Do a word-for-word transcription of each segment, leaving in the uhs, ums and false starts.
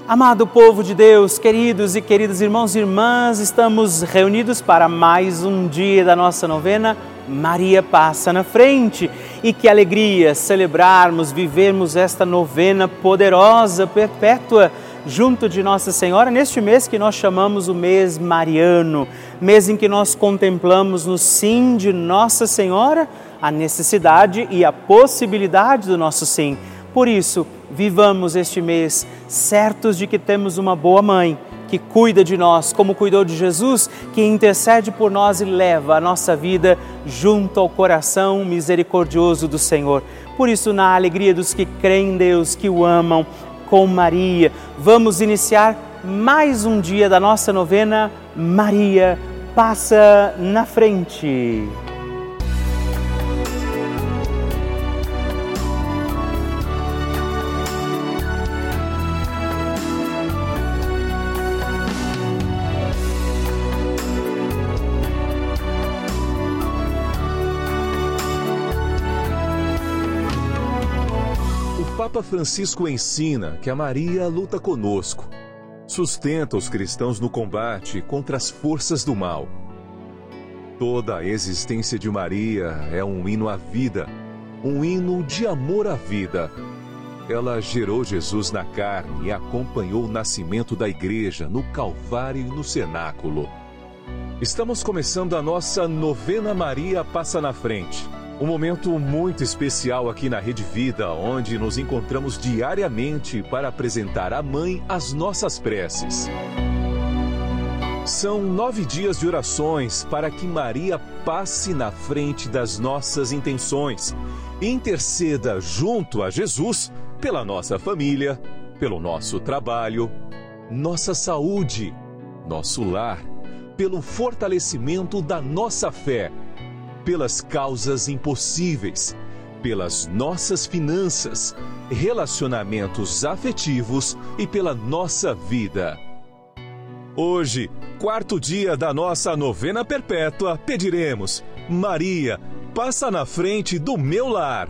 Amado povo de Deus, queridos e queridas irmãos e irmãs, estamos reunidos para mais um dia da nossa novena Maria Passa na Frente. E que alegria celebrarmos, vivermos esta novena poderosa, perpétua, junto de Nossa Senhora, neste mês que nós chamamos o mês mariano, mês em que nós contemplamos no sim de Nossa Senhora a necessidade e a possibilidade do nosso sim. Por isso, vivamos este mês certos de que temos uma boa mãe, que cuida de nós, como cuidou de Jesus, que intercede por nós e leva a nossa vida junto ao coração misericordioso do Senhor. Por isso, na alegria dos que creem em Deus, que o amam, com Maria, vamos iniciar mais um dia da nossa novena Maria Passa na Frente. Papa Francisco ensina que a Maria luta conosco, sustenta os cristãos no combate contra as forças do mal. Toda a existência de Maria é um hino à vida, um hino de amor à vida. Ela gerou Jesus na carne e acompanhou o nascimento da Igreja no Calvário e no Cenáculo. Estamos começando a nossa novena Maria Passa na Frente. Um momento muito especial aqui na Rede Vida, onde nos encontramos diariamente para apresentar à Mãe as nossas preces. São nove dias de orações para que Maria passe na frente das nossas intenções e interceda junto a Jesus pela nossa família, pelo nosso trabalho, nossa saúde, nosso lar, pelo fortalecimento da nossa fé, pelas causas impossíveis, pelas nossas finanças, relacionamentos afetivos e pela nossa vida. Hoje, quarto dia da nossa novena perpétua, pediremos: Maria, passa na frente do meu lar.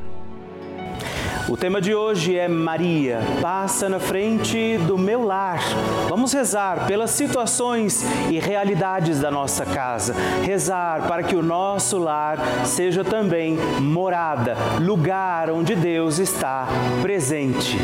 O tema de hoje é Maria, passa na frente do meu lar. Vamos rezar pelas situações e realidades da nossa casa. Rezar para que o nosso lar seja também morada, lugar onde Deus está presente.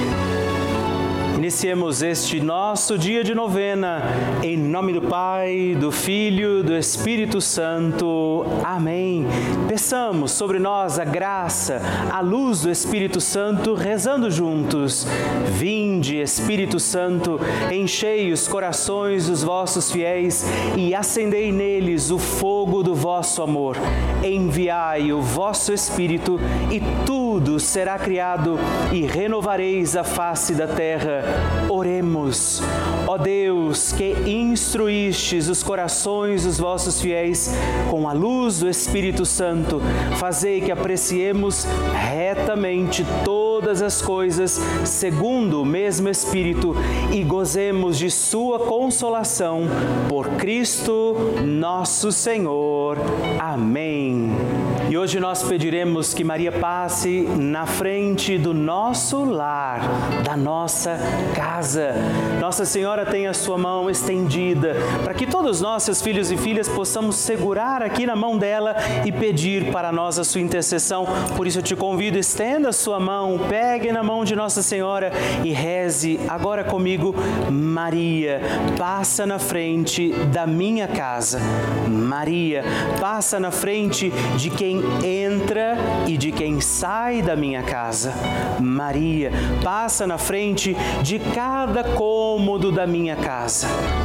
Iniciemos este nosso dia de novena, em nome do Pai, do Filho, do Espírito Santo. Amém. Peçamos sobre nós a graça, a luz do Espírito Santo, rezando juntos. Vinde, Espírito Santo, enchei os corações dos vossos fiéis e acendei neles o fogo do vosso amor. Enviai o vosso Espírito e tudo será criado e renovareis a face da terra. Oremos. Ó Deus, que instruístes os corações dos vossos fiéis com a luz do Espírito Santo, fazei que apreciemos retamente todas as coisas segundo o mesmo Espírito e gozemos de sua consolação por Cristo nosso Senhor. Amém. E hoje nós pediremos que Maria passe na frente do nosso lar, da nossa casa. Nossa Senhora tem a sua mão estendida para que todos nós, seus filhos e filhas, possamos segurar aqui na mão dela e pedir para nós a sua intercessão. Por isso eu te convido, estenda a sua mão, pegue na mão de Nossa Senhora e reze agora comigo: Maria, passa na frente da minha casa. Maria, passa na frente de quem entra e de quem sai da minha casa. Maria, passa na frente de cada cômodo da minha casa.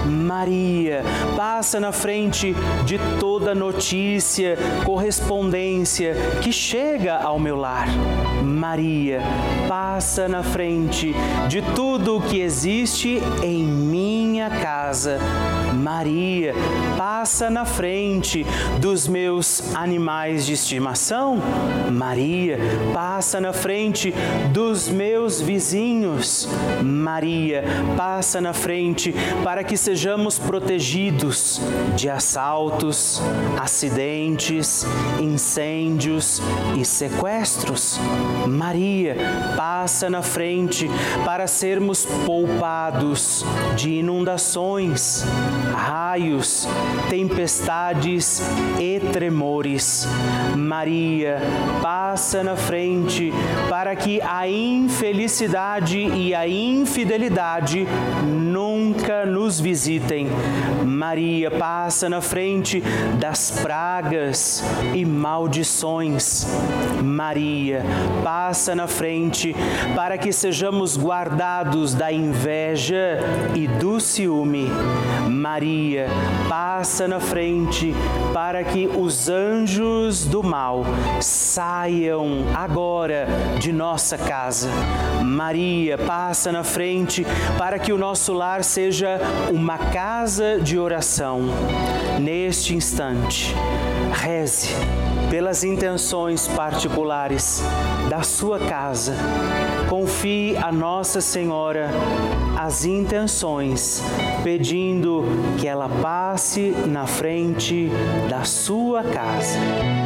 Maria, passa na frente de toda notícia, correspondência que chega ao meu lar. Maria, passa na frente de tudo o que existe em minha casa. Maria, passa na frente dos meus animais de estimação. Maria, passa na frente dos meus vizinhos. Maria, passa na frente para que sejamos protegidos de assaltos, acidentes, incêndios e sequestros. Maria, passa na frente para sermos seremos poupados de inundações, raios, tempestades e tremores. Maria passa na frente para que a infelicidade e a infidelidade nunca nos visitem. Maria passa na frente das pragas e maldições. Maria passa na frente para que sejamos guardados da inveja e do ciúme. Maria passa na frente para que os anjos do mal saiam agora de nossa casa. Maria passa na frente para que o nosso lar seja uma casa de oração. Neste instante, reze pelas intenções particulares da sua casa. Confie a Nossa Senhora as intenções, pedindo que ela passe na frente da sua casa.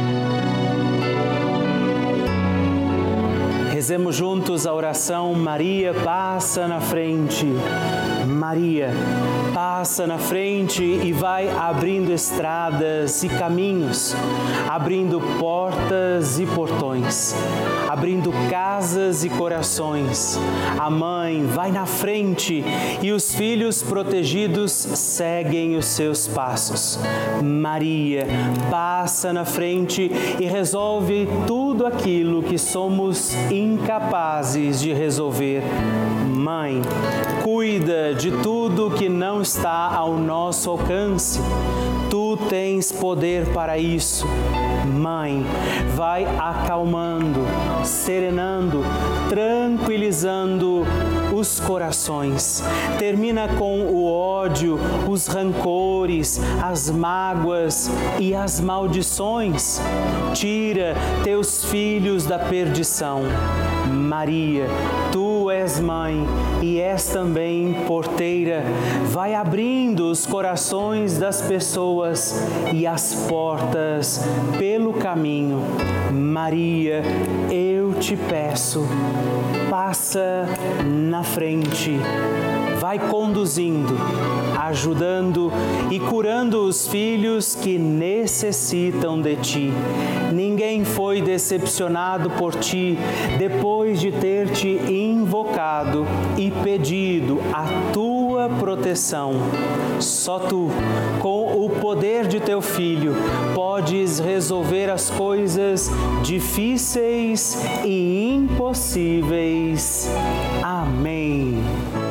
Rezemos juntos a oração Maria passa na frente. Maria passa na frente e vai abrindo estradas e caminhos, abrindo portas e portões, abrindo casas e corações. A mãe vai na frente e os filhos protegidos seguem os seus passos. Maria passa na frente e resolve tudo aquilo que somos incapazes de resolver. Mãe, cuida de tudo que não está ao nosso alcance. Tu tens poder para isso. Mãe, vai acalmando, serenando, tranquilizando os corações. Termina com o ódio, os rancores, as mágoas e as maldições. Tira teus filhos da perdição. Maria, tu és mãe e és também porteira. Vai abrindo os corações das pessoas e as portas pelo caminho. Maria, eu te peço, passa na frente. Vai conduzindo, ajudando e curando os filhos que necessitam de ti. Ninguém foi decepcionado por ti depois de ter te invocado e pedido a tua proteção. Só tu, com o poder de teu Filho, podes resolver as coisas difíceis e impossíveis. Amém.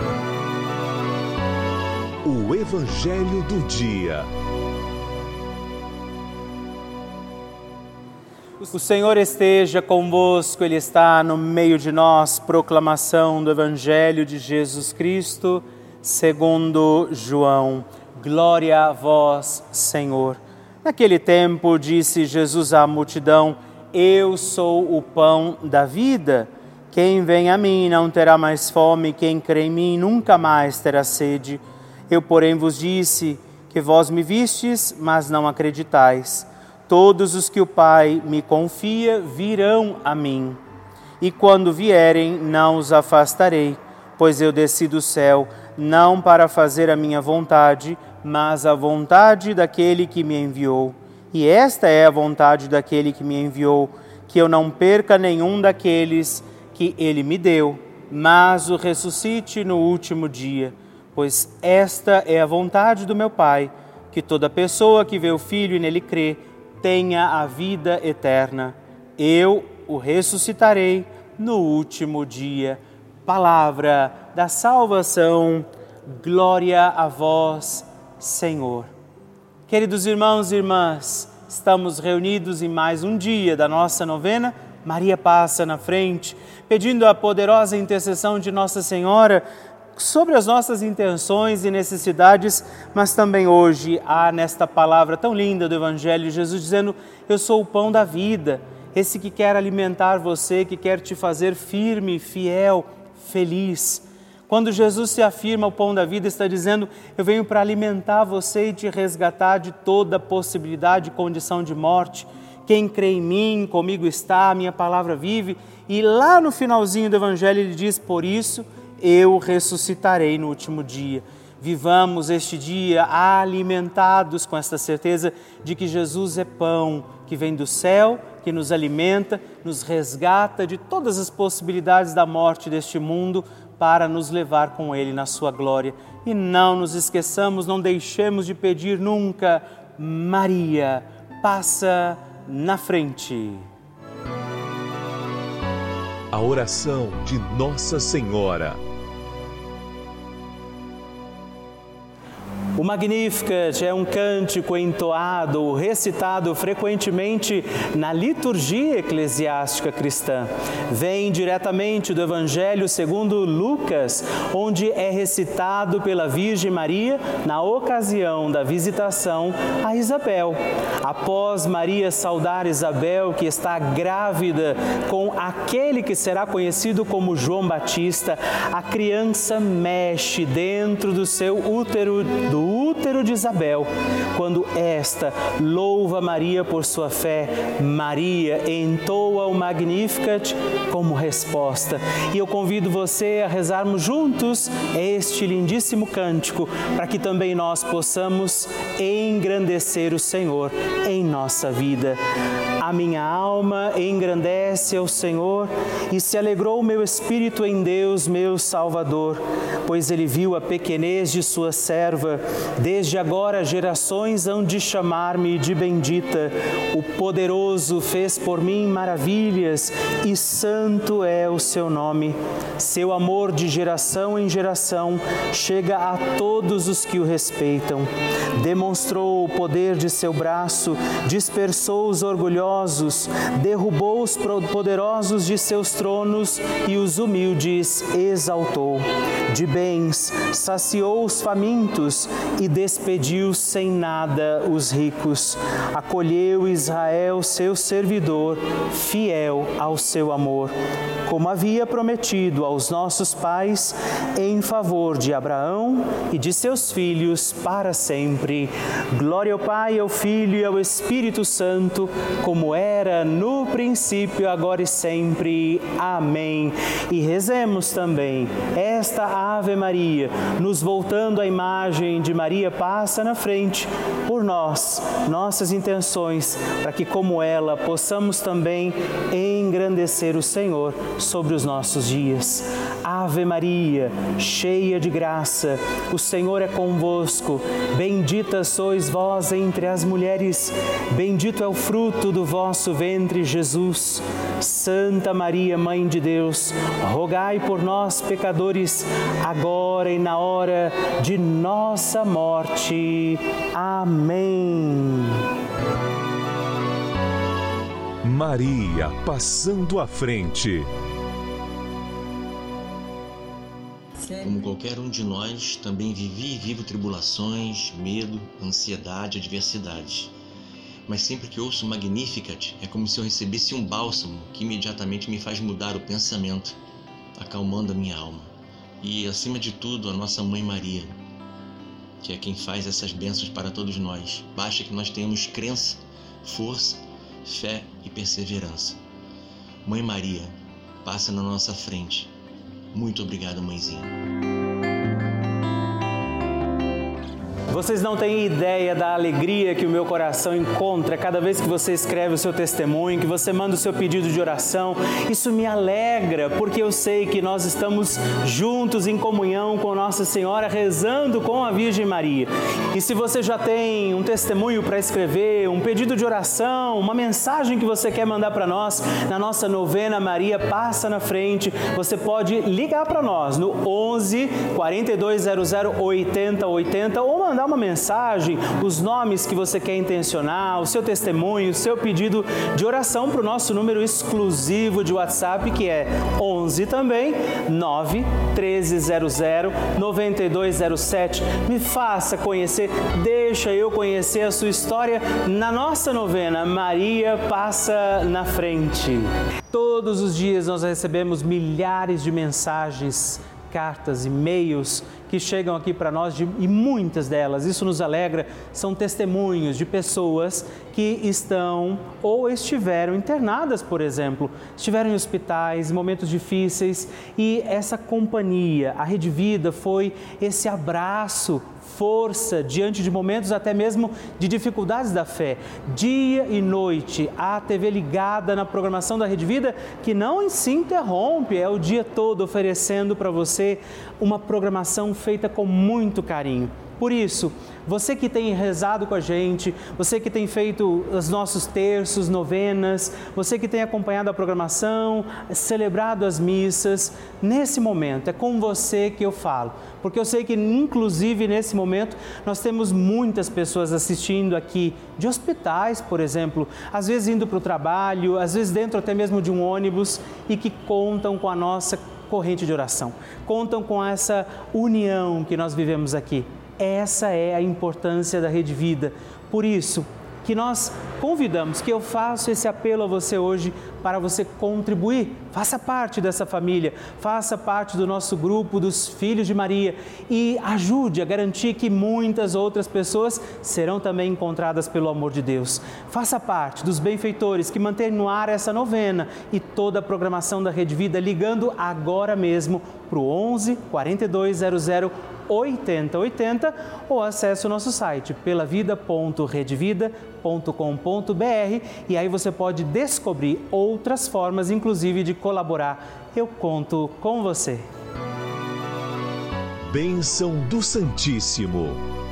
O Evangelho do Dia. O Senhor esteja convosco, Ele está no meio de nós. Proclamação do Evangelho de Jesus Cristo, segundo João. Glória a vós, Senhor. Naquele tempo disse Jesus à multidão: Eu sou o pão da vida. Quem vem a mim não terá mais fome, quem crê em mim nunca mais terá sede. Eu, porém, vos disse que vós me vistes, mas não acreditais. Todos os que o Pai me confia virão a mim. E quando vierem, não os afastarei, pois eu desci do céu, não para fazer a minha vontade, mas a vontade daquele que me enviou. E esta é a vontade daquele que me enviou, que eu não perca nenhum daqueles que ele me deu, mas o ressuscite no último dia. Pois esta é a vontade do meu Pai, que toda pessoa que vê o Filho e nele crê, tenha a vida eterna. Eu o ressuscitarei no último dia. Palavra da salvação, glória a vós, Senhor. Queridos irmãos e irmãs, estamos reunidos em mais um dia da nossa novena. Maria passa na frente, pedindo a poderosa intercessão de Nossa Senhora sobre as nossas intenções e necessidades, mas também hoje há nesta palavra tão linda do Evangelho, Jesus dizendo: eu sou o pão da vida, esse que quer alimentar você, que quer te fazer firme, fiel, feliz. Quando Jesus se afirma o pão da vida, está dizendo: eu venho para alimentar você e te resgatar de toda possibilidade e condição de morte. Quem crê em mim, comigo está, a minha palavra vive. E lá no finalzinho do Evangelho ele diz: por isso eu ressuscitarei no último dia. Vivamos este dia alimentados com esta certeza de que Jesus é pão que vem do céu, que nos alimenta, nos resgata de todas as possibilidades da morte deste mundo para nos levar com Ele na sua glória. E não nos esqueçamos, não deixemos de pedir nunca: Maria, passa na frente. A oração de Nossa Senhora. O Magnificat é um cântico entoado, recitado frequentemente na liturgia eclesiástica cristã. Vem diretamente do Evangelho segundo Lucas, onde é recitado pela Virgem Maria na ocasião da visitação a Isabel. Após Maria saudar Isabel, que está grávida com aquele que será conhecido como João Batista, a criança mexe dentro do seu útero, do útero de Isabel. Quando esta louva Maria por sua fé, Maria entoa o Magnificat como resposta. E eu convido você a rezarmos juntos este lindíssimo cântico, para que também nós possamos engrandecer o Senhor em nossa vida. A minha alma engrandece ao Senhor e se alegrou o meu espírito em Deus, meu Salvador, pois Ele viu a pequenez de sua serva. Desde agora gerações hão de chamar-me de bendita. O poderoso fez por mim maravilhas e santo é o seu nome. Seu amor de geração em geração chega a todos os que o respeitam. Demonstrou o poder de seu braço, dispersou os orgulhosos, derrubou os poderosos de seus tronos e os humildes exaltou. De bens saciou os famintos e despediu sem nada os ricos. Acolheu Israel, seu servidor, fiel ao seu amor, como havia prometido aos nossos pais, em favor de Abraão e de seus filhos para sempre. Glória ao Pai, ao Filho e ao Espírito Santo, como era no princípio, agora e sempre. Amém. E rezemos também esta Ave Maria, nos voltando à imagem de Maria passa na frente, por nós, nossas intenções, para que como ela possamos também engrandecer o Senhor sobre os nossos dias. Ave Maria, cheia de graça, o Senhor é convosco. Bendita sois vós entre as mulheres, bendito é o fruto do vosso ventre, Jesus. Santa Maria, Mãe de Deus, rogai por nós, pecadores, agora e na hora de nossa morte. Amém. Maria passando à frente. Como qualquer um de nós, também vivi e vivo tribulações, medo, ansiedade, adversidades. Mas sempre que ouço o Magnificat, é como se eu recebesse um bálsamo que imediatamente me faz mudar o pensamento, acalmando a minha alma. E, acima de tudo, a nossa Mãe Maria, que é quem faz essas bênçãos para todos nós. Basta que nós tenhamos crença, força, fé e perseverança. Mãe Maria, passa na nossa frente. Muito obrigado, mãezinha. Vocês não têm ideia da alegria que o meu coração encontra cada vez que você escreve o seu testemunho, que você manda o seu pedido de oração. Isso me alegra, porque eu sei que nós estamos juntos em comunhão com Nossa Senhora, rezando com a Virgem Maria. E se você já tem um testemunho para escrever, um pedido de oração, uma mensagem que você quer mandar para nós, na nossa novena Maria Passa na Frente, você pode ligar para nós no onze, quarenta e dois zero zero, oitenta oitenta ou mandar uma mensagem, os nomes que você quer intencionar, o seu testemunho, o seu pedido de oração para o nosso número exclusivo de WhatsApp, que é onze também, nove treze zero zero, noventa e dois zero sete. Me faça conhecer, deixa eu conhecer a sua história na nossa novena Maria Passa na Frente. Todos os dias nós recebemos milhares de mensagens, cartas, e-mails que chegam aqui para nós de, e muitas delas, isso nos alegra, são testemunhos de pessoas que estão ou estiveram internadas, por exemplo, estiveram em hospitais, em momentos difíceis e essa companhia, a Rede Vida foi esse abraço, força diante de momentos até mesmo de dificuldades da fé. Dia e noite, a T V ligada na programação da Rede Vida, que não se interrompe, é o dia todo oferecendo para você uma programação feita com muito carinho. Por isso, você que tem rezado com a gente, você que tem feito os nossos terços, novenas, você que tem acompanhado a programação, celebrado as missas, nesse momento é com você que eu falo, porque eu sei que inclusive nesse momento nós temos muitas pessoas assistindo aqui de hospitais, por exemplo, às vezes indo para o trabalho, às vezes dentro até mesmo de um ônibus e que contam com a nossa corrente de oração, contam com essa união que nós vivemos aqui. Essa é a importância da Rede Vida. Por isso que nós convidamos, que eu faço esse apelo a você hoje para você contribuir. Faça parte dessa família, faça parte do nosso grupo dos Filhos de Maria e ajude a garantir que muitas outras pessoas serão também encontradas pelo amor de Deus. Faça parte dos benfeitores que mantêm no ar essa novena e toda a programação da Rede Vida ligando agora mesmo para o onze, quarenta e dois zero zero, oitenta oitenta ou acesse o nosso site pelavida ponto redevida ponto com ponto br e aí você pode descobrir outras formas, inclusive, de colaborar. Eu conto com você. Bênção do Santíssimo.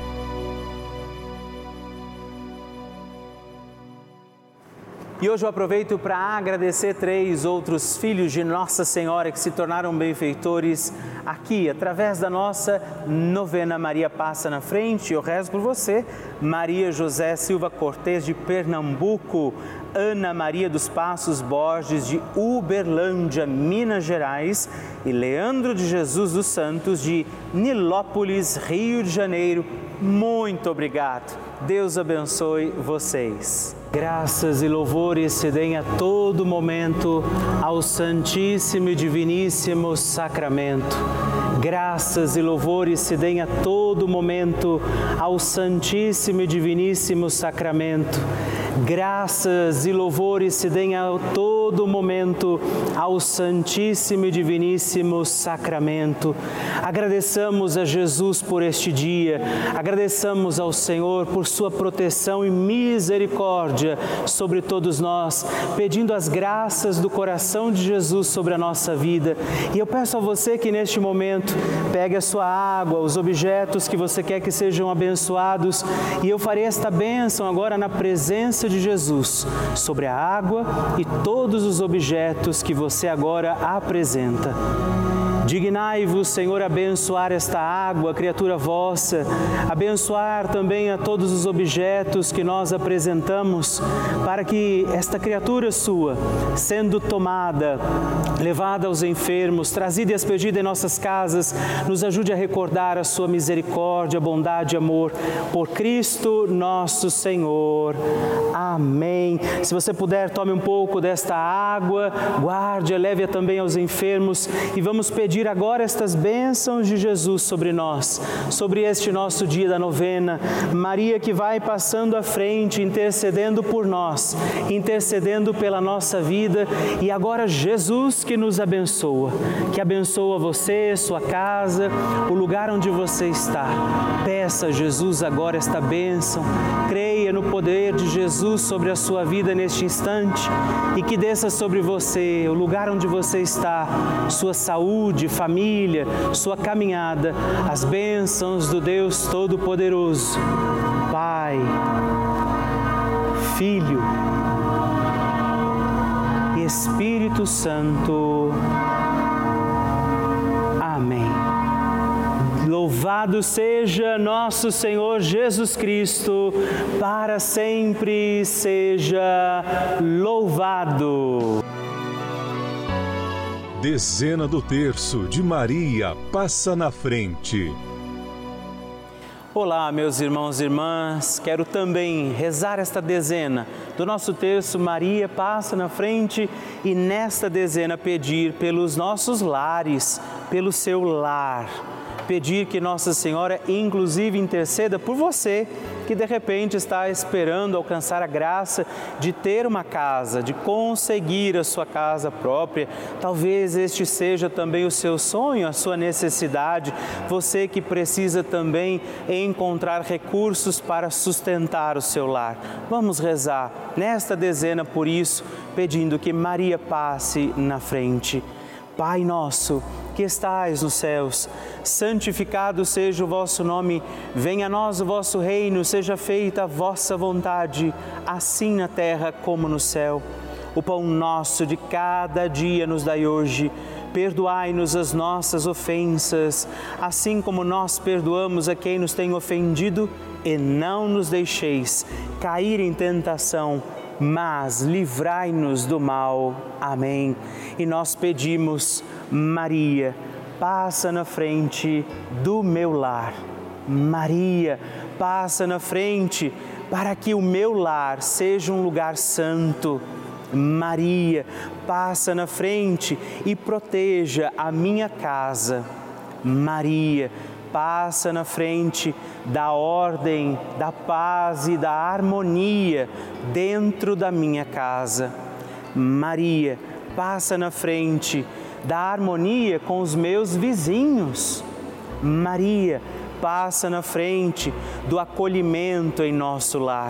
E hoje eu aproveito para agradecer três outros filhos de Nossa Senhora que se tornaram benfeitores aqui, através da nossa novena Maria Passa na Frente. Eu rezo por você, Maria José Silva Cortês de Pernambuco, Ana Maria dos Passos Borges de Uberlândia, Minas Gerais e Leandro de Jesus dos Santos de Nilópolis, Rio de Janeiro. Muito obrigado. Deus abençoe vocês. Graças e louvores se deem a todo momento ao Santíssimo e Diviníssimo Sacramento. Graças e louvores se deem a todo momento ao Santíssimo e Diviníssimo Sacramento. Graças e louvores se deem a todo momento ao Santíssimo e Diviníssimo Sacramento. Agradeçamos a Jesus por este dia, agradeçamos ao Senhor por sua proteção e misericórdia sobre todos nós, pedindo as graças do coração de Jesus sobre a nossa vida. E eu peço a você que neste momento pegue a sua água, os objetos que você quer que sejam abençoados, e eu farei esta bênção agora na presença de Jesus sobre a água e todos os objetos que você agora apresenta. Dignai-vos, Senhor, abençoar esta água, criatura vossa, abençoar também a todos os objetos que nós apresentamos, para que esta criatura sua, sendo tomada, levada aos enfermos, trazida e expedida em nossas casas, nos ajude a recordar a sua misericórdia, bondade e amor, por Cristo nosso Senhor. Amém. Se você puder, tome um pouco desta água, guarde-a, leve-a também aos enfermos e vamos pedir agora estas bênçãos de Jesus sobre nós, sobre este nosso dia da novena. Maria que vai passando à frente, intercedendo por nós, intercedendo pela nossa vida, e agora Jesus que nos abençoa, que abençoa você, sua casa, o lugar onde você está. Peça a Jesus agora esta bênção, creia no poder de Jesus sobre a sua vida neste instante e que desça sobre você, o lugar onde você está, sua saúde, família, sua caminhada, as bênçãos do Deus Todo-Poderoso, Pai, Filho e Espírito Santo. Amém. Louvado seja nosso Senhor Jesus Cristo, para sempre seja louvado. Dezena do Terço de Maria Passa na Frente. Olá, meus irmãos e irmãs, quero também rezar esta dezena do nosso terço Maria Passa na Frente e nesta dezena pedir pelos nossos lares, pelo seu lar. pedir que Nossa Senhora, inclusive, interceda por você que de repente está esperando alcançar a graça de ter uma casa, de conseguir a sua casa própria. Talvez este seja também o seu sonho, a sua necessidade. Você que precisa também encontrar recursos para sustentar o seu lar. Vamos rezar nesta dezena por isso, pedindo que Maria passe na frente. Pai nosso, que estais nos céus, santificado seja o vosso nome, venha a nós o vosso reino, seja feita a vossa vontade, assim na terra como no céu. O pão nosso de cada dia nos dai hoje, perdoai-nos as nossas ofensas, assim como nós perdoamos a quem nos tem ofendido, e não nos deixeis cair em tentação, mas livrai-nos do mal. Amém. E nós pedimos, Maria, passa na frente do meu lar. Maria, passa na frente para que o meu lar seja um lugar santo. Maria, passa na frente e proteja a minha casa. Maria, passa na frente da ordem, da paz e da harmonia dentro da minha casa. Maria, passa na frente da harmonia com os meus vizinhos. Maria, passa na frente do acolhimento em nosso lar.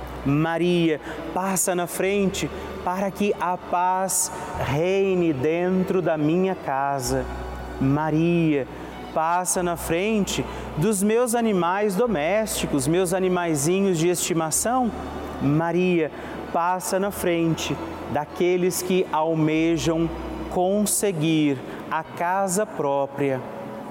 Maria, passa na frente para que a paz reine dentro da minha casa. Maria, passa na frente dos meus animais domésticos, meus animaizinhos de estimação. Maria, passa na frente daqueles que almejam conseguir a casa própria.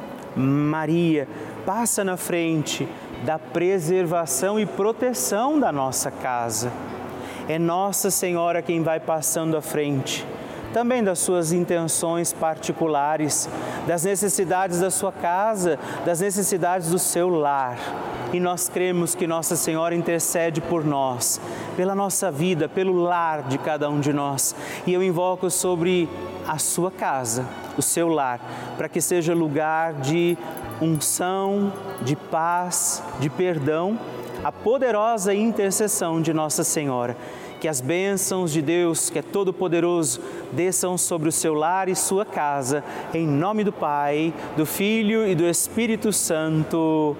Maria, passa na frente da preservação e proteção da nossa casa. É Nossa Senhora quem vai passando à frente, também das suas intenções particulares, das necessidades da sua casa, das necessidades do seu lar. E nós cremos que Nossa Senhora intercede por nós, pela nossa vida, pelo lar de cada um de nós. E eu invoco sobre a sua casa, o seu lar, para que seja lugar de unção, de paz, de perdão, a poderosa intercessão de Nossa Senhora. Que as bênçãos de Deus, que é todo-poderoso, desçam sobre o seu lar e sua casa, em nome do Pai, do Filho e do Espírito Santo.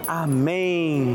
Amém.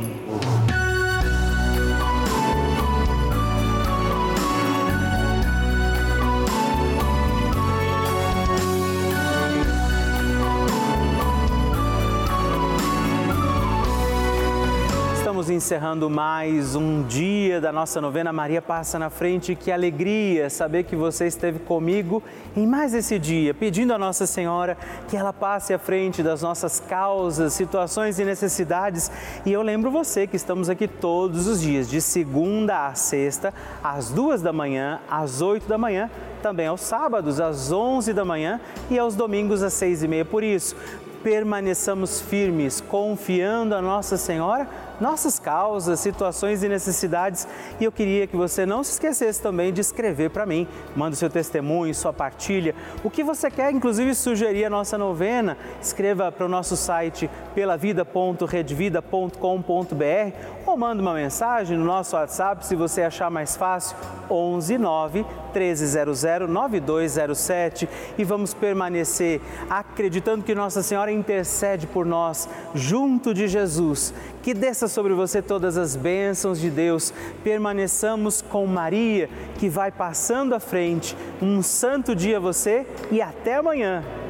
Estamos encerrando mais um dia da nossa novena Maria Passa na Frente. Que alegria saber que você esteve comigo em mais esse dia, pedindo a Nossa Senhora que ela passe à frente das nossas causas, situações e necessidades. E eu lembro você que estamos aqui todos os dias, de segunda a sexta, às duas da manhã, às oito da manhã, também aos sábados, às onze da manhã e aos domingos, às seis e meia. Por isso, permaneçamos firmes, confiando a Nossa Senhora nossas causas, situações e necessidades. E eu queria que você não se esquecesse também de escrever para mim. Manda o seu testemunho, sua partilha, o que você quer, inclusive sugerir a nossa novena. Escreva para o nosso site pelavida ponto redvida ponto com ponto br ou manda uma mensagem no nosso WhatsApp, se você achar mais fácil, onze nove treze zero zero nove dois zero sete. E vamos permanecer acreditando que Nossa Senhora intercede por nós junto de Jesus. Que desça sobre você todas as bênçãos de Deus. Permaneçamos com Maria, que vai passando à frente. Um santo dia a você e até amanhã.